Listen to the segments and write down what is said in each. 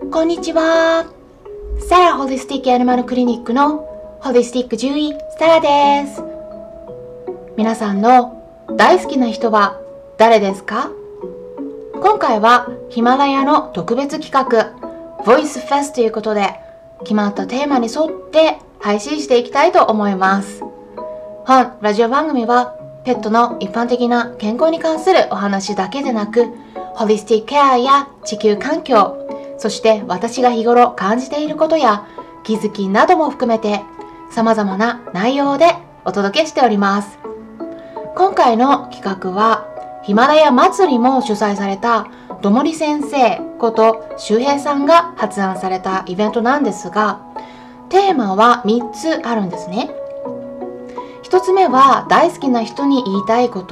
こんにちは。サラホリスティックアニマルクリニックのホリスティック獣医サラです。皆さんの大好きな人は誰ですか？今回はヒマラヤの特別企画 Voice Fest ということで決まったテーマに沿って配信していきたいと思います。本ラジオ番組はペットの一般的な健康に関するお話だけでなく、ホリスティックケアや地球環境、そして私が日頃感じていることや気づきなども含めて様々な内容でお届けしております。今回の企画はヒマラヤ祭りも主催されたどもり先生こと周平さんが発案されたイベントなんですが、テーマは3つあるんですね。1つ目は大好きな人に言いたいこと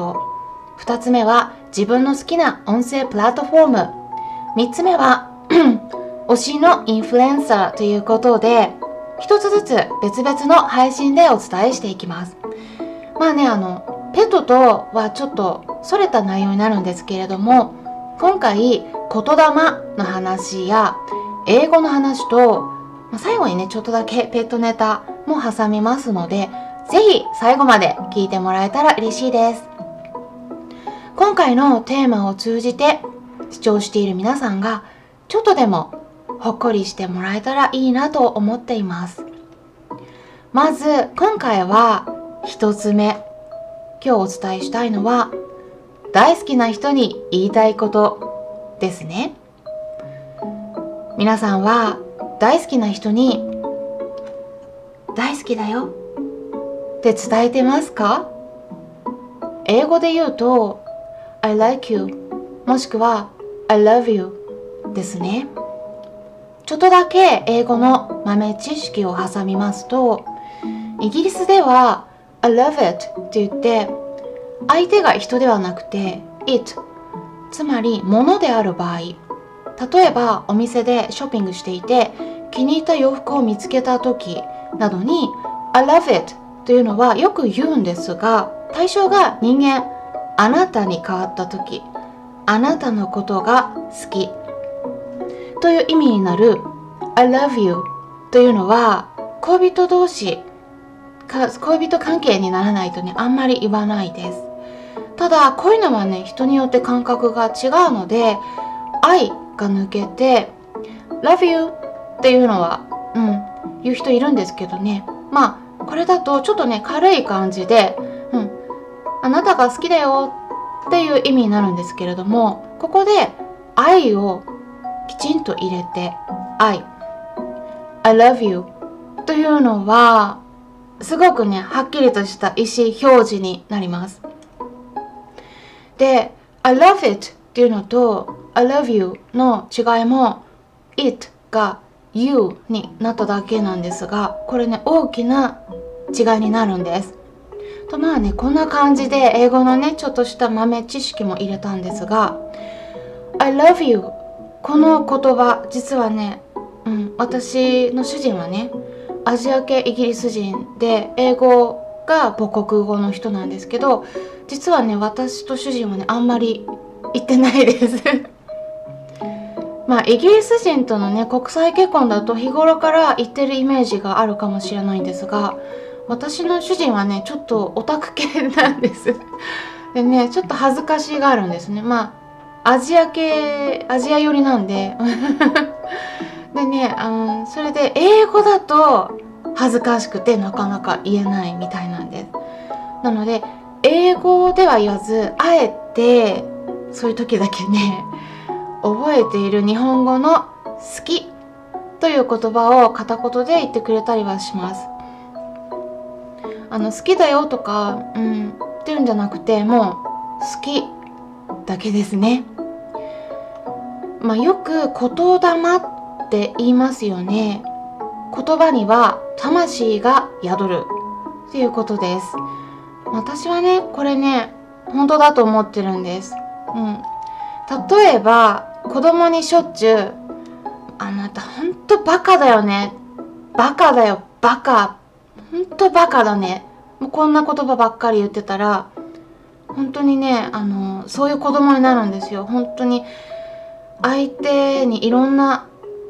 、2つ目は自分の好きな音声プラットフォーム、3つ目は推しのインフルエンサーということで、一つずつ別々の配信でお伝えしていきます。ペットとはちょっとそれた内容になるんですけれども、今回言霊の話や英語の話と、最後にねちょっとだけペットネタも挟みますので、ぜひ最後まで聞いてもらえたら嬉しいです。今回のテーマを通じて視聴している皆さんがちょっとでもほっこりしてもらえたらいいなと思っています。まず今回は一つ目、今日お伝えしたいのは大好きな人に言いたいことですね。皆さんは大好きな人に大好きだよって伝えてますか？英語で言うと I like you もしくは I love you ですね。ちょっとだけ英語の豆知識を挟みますと、イギリスでは I love it って言って相手が人ではなくて it、 つまり物である場合、例えばお店でショッピングしていて気に入った洋服を見つけた時などに I love it というのはよく言うんですが、対象が人間、あなたに変わった時、あなたのことが好きという意味になる I love you というのは恋人同士、恋人関係にならないとねあんまり言わないです。ただこういうのはね人によって感覚が違うので、愛が抜けて love you っていうのは言う人いるんですけどね、これだとちょっとね軽い感じで、あなたが好きだよっていう意味になるんですけれども、ここで愛をきちんと入れてI love you というのはすごくねはっきりとした意思表示になります。で I love it っていうのと I love you の違いも it が you になっただけなんですが、これね大きな違いになるんです。とこんな感じで英語のねちょっとした豆知識も入れたんですが、 I love you この言葉実はね、私の主人はねアジア系イギリス人で英語が母国語の人なんですけど、実はね私と主人はねあんまり言ってないですイギリス人とのね国際結婚だと日頃から言ってるイメージがあるかもしれないんですが、私の主人はねちょっとオタク系なんですでねちょっと恥ずかしがあるんですね。アジア寄りなんででね、それで英語だと恥ずかしくてなかなか言えないみたいなんです。なので英語では言わず、あえてそういう時だけね覚えている日本語の好きという言葉を片言で言ってくれたりはします。好きだよとかっていうんじゃなくて、もう好きだけですね。よく言霊って言いますよね。言葉には魂が宿るっていうことです。私はねこれね本当だと思ってるんです。例えば子供にしょっちゅうあなたほんとバカだよね、バカだよバカ、ほんとバカだね、もうこんな言葉ばっかり言ってたら本当にねそういう子供になるんですよ。本当に相手にいろんな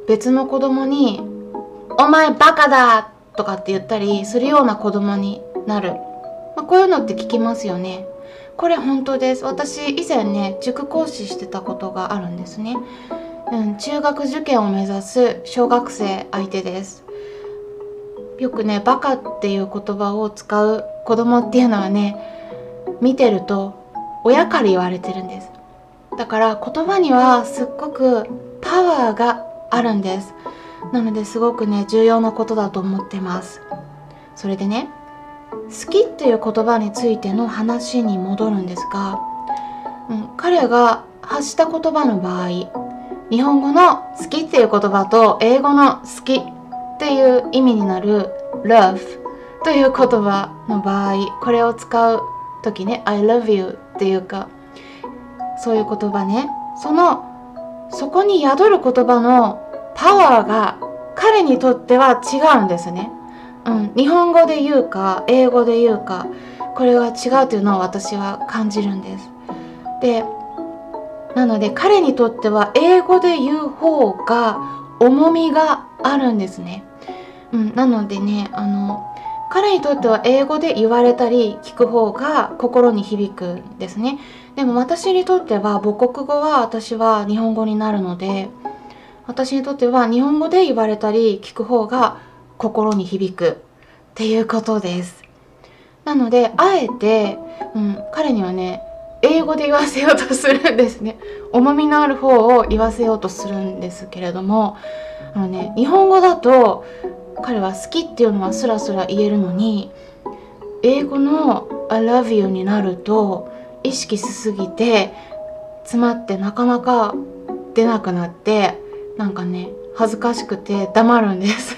別の子供にお前バカだとかって言ったりするような子供になる、こういうのって聞きますよね。これ本当です。私以前ね塾講師してたことがあるんですね。中学受験を目指す小学生相手です。よくねバカっていう言葉を使う子供っていうのはね、見てると親から言われてるんです。だから言葉にはすっごくパワーがあるんです。なのですごくね重要なことだと思ってます。それでね、好きっていう言葉についての話に戻るんですが、彼が発した言葉の場合、日本語の好きっていう言葉と英語の好きっていう意味になる love という言葉の場合、これを使う時ね I love you っていうか、そういう言葉ね、そこに宿る言葉のパワーが彼にとっては違うんですね。日本語で言うか英語で言うか、これが違うというのを私は感じるんです。で、なので彼にとっては英語で言う方が重みがあるんですね。なのでね、彼にとっては英語で言われたり聞く方が心に響くんですね。でも私にとっては母国語は私は日本語になるので、私にとっては日本語で言われたり聞く方が心に響くっていうことです。なのであえて、彼にはね英語で言わせようとするんですね。重みのある方を言わせようとするんですけれども、日本語だと彼は好きっていうのはスラスラ言えるのに、英語の I love you になると意識しすぎて詰まってなかなか出なくなって、なんかね恥ずかしくて黙るんです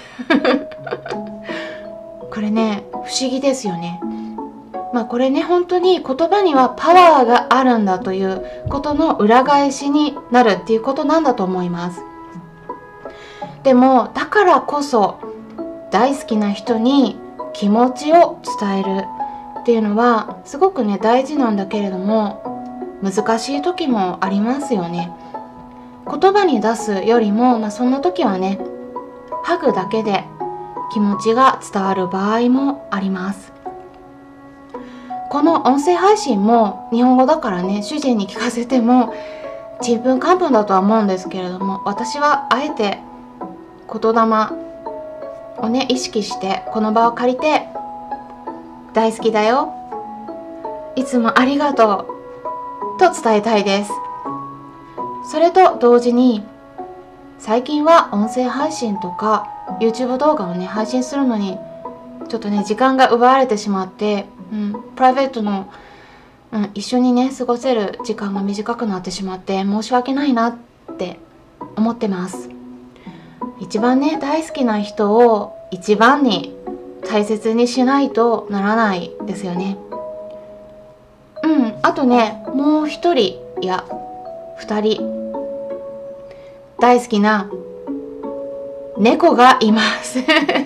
これね不思議ですよね。これね本当に言葉にはパワーがあるんだということの裏返しになるっていうことなんだと思います。でもだからこそ大好きな人に気持ちを伝えるっていうのはすごくね大事なんだけれども、難しい時もありますよね。言葉に出すよりも、そんな時はねハグだけで気持ちが伝わる場合もあります。この音声配信も日本語だからね、主人に聞かせてもちんぷんかんぷんだとは思うんですけれども、私はあえて言霊をね意識してこの場を借りて、大好きだよ、いつもありがとうと伝えたいです。それと同時に、最近は音声配信とか YouTube 動画をね配信するのにちょっとね時間が奪われてしまって、プライベートの、一緒にね過ごせる時間が短くなってしまって申し訳ないなって思ってます。一番ね大好きな人を一番に大切にしないとならないですよね。あとねもう一人や二人大好きな猫がいます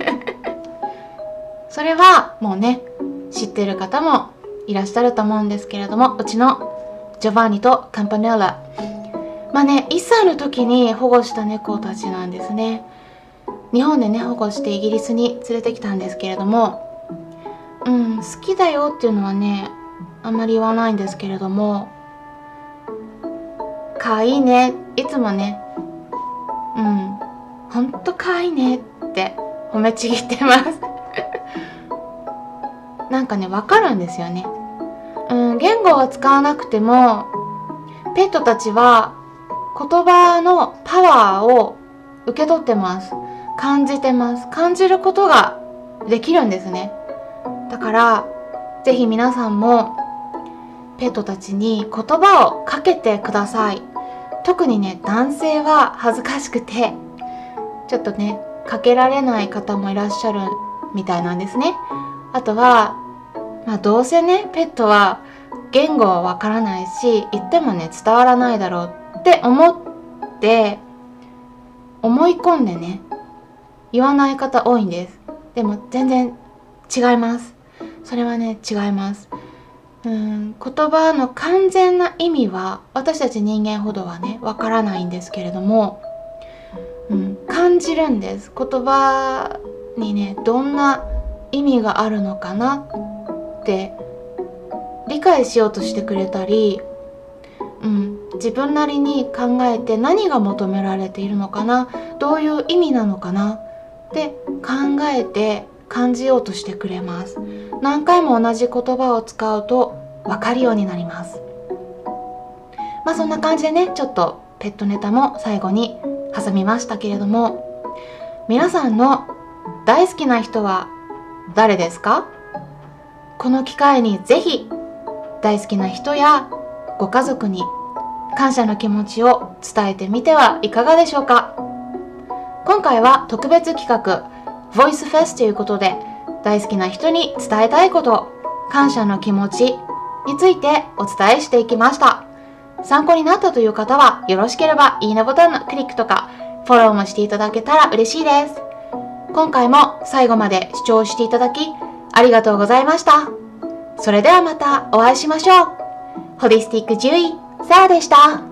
それはもうね知ってる方もいらっしゃると思うんですけれども、うちのジョバンニとカンパネラ、1歳の時に保護した猫たちなんですね。日本でね保護してイギリスに連れてきたんですけれども、好きだよっていうのはねあんまり言わないんですけれども、かわいいね、いつもねほんとかわいいねって褒めちぎってますなんかねわかるんですよね。言語は使わなくてもペットたちは言葉のパワーを受け取ってます。感じてます。感じることができるんですね。だからぜひ皆さんもペットたちに言葉をかけてください。特にね男性は恥ずかしくてちょっとねかけられない方もいらっしゃるみたいなんですね。あとはどうせねペットは言語はわからないし言ってもね伝わらないだろうって思って思い込んでね言わない方多いんです。でも全然違います。それはね違います。言葉の完全な意味は私たち人間ほどはねわからないんですけれども、考感じるんです。言葉にね、どんな意味があるのかなって理解しようとしてくれたり、自分なりに考えて何が求められているのかな、どういう意味なのかなって考えて感じようとしてくれます。何回も同じ言葉を使うと分かるようになります。そんな感じでね、ちょっとペットネタも最後に挟みましたけれども、皆さんの大好きな人は誰ですか？この機会にぜひ大好きな人やご家族に感謝の気持ちを伝えてみてはいかがでしょうか。今回は特別企画 Voice Fest ということで、大好きな人に伝えたいこと、感謝の気持ちについてお伝えしていきました。参考になったという方はよろしければいいねボタンのクリックとかフォローもしていただけたら嬉しいです。今回も最後まで視聴していただきありがとうございました。それではまたお会いしましょう。ホリスティック獣医サラでした。